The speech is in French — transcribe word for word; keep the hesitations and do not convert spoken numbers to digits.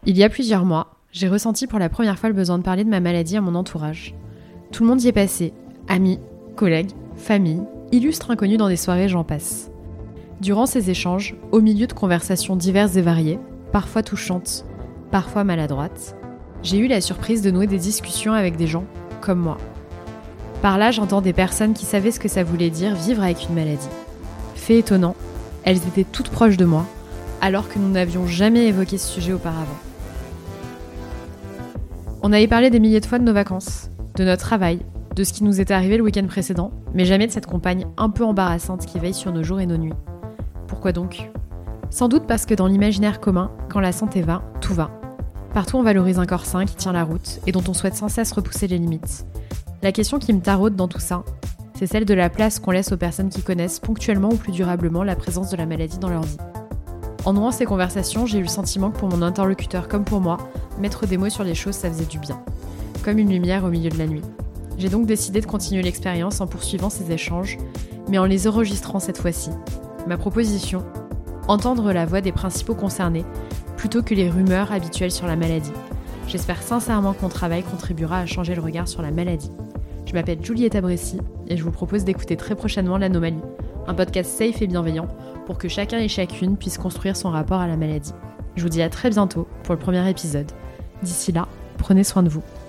Il y a plusieurs mois, j'ai ressenti pour la première fois le besoin de parler de ma maladie à mon entourage. Tout le monde y est passé, amis, collègues, famille, illustres inconnus dans des soirées, j'en passe. Durant ces échanges, au milieu de conversations diverses et variées, parfois touchantes, parfois maladroites, j'ai eu la surprise de nouer des discussions avec des gens comme moi. Par là, j'entends des personnes qui savaient ce que ça voulait dire vivre avec une maladie. Fait étonnant, elles étaient toutes proches de moi, alors que nous n'avions jamais évoqué ce sujet auparavant. On avait parlé des milliers de fois de nos vacances, de notre travail, de ce qui nous était arrivé le week-end précédent, mais jamais de cette compagne un peu embarrassante qui veille sur nos jours et nos nuits. Pourquoi donc ? Sans doute parce que dans l'imaginaire commun, quand la santé va, tout va. Partout on valorise un corps sain qui tient la route et dont on souhaite sans cesse repousser les limites. La question qui me taraude dans tout ça, c'est celle de la place qu'on laisse aux personnes qui connaissent ponctuellement ou plus durablement la présence de la maladie dans leur vie. En nouant ces conversations, j'ai eu le sentiment que pour mon interlocuteur comme pour moi, mettre des mots sur les choses, ça faisait du bien. Comme une lumière au milieu de la nuit. J'ai donc décidé de continuer l'expérience en poursuivant ces échanges, mais en les enregistrant cette fois-ci. Ma proposition, entendre la voix des principaux concernés, plutôt que les rumeurs habituelles sur la maladie. J'espère sincèrement que mon travail contribuera à changer le regard sur la maladie. Je m'appelle Juliette Abressy et je vous propose d'écouter très prochainement l'Anomalie, un podcast safe et bienveillant pour que chacun et chacune puisse construire son rapport à la maladie. Je vous dis à très bientôt pour le premier épisode. D'ici là, prenez soin de vous.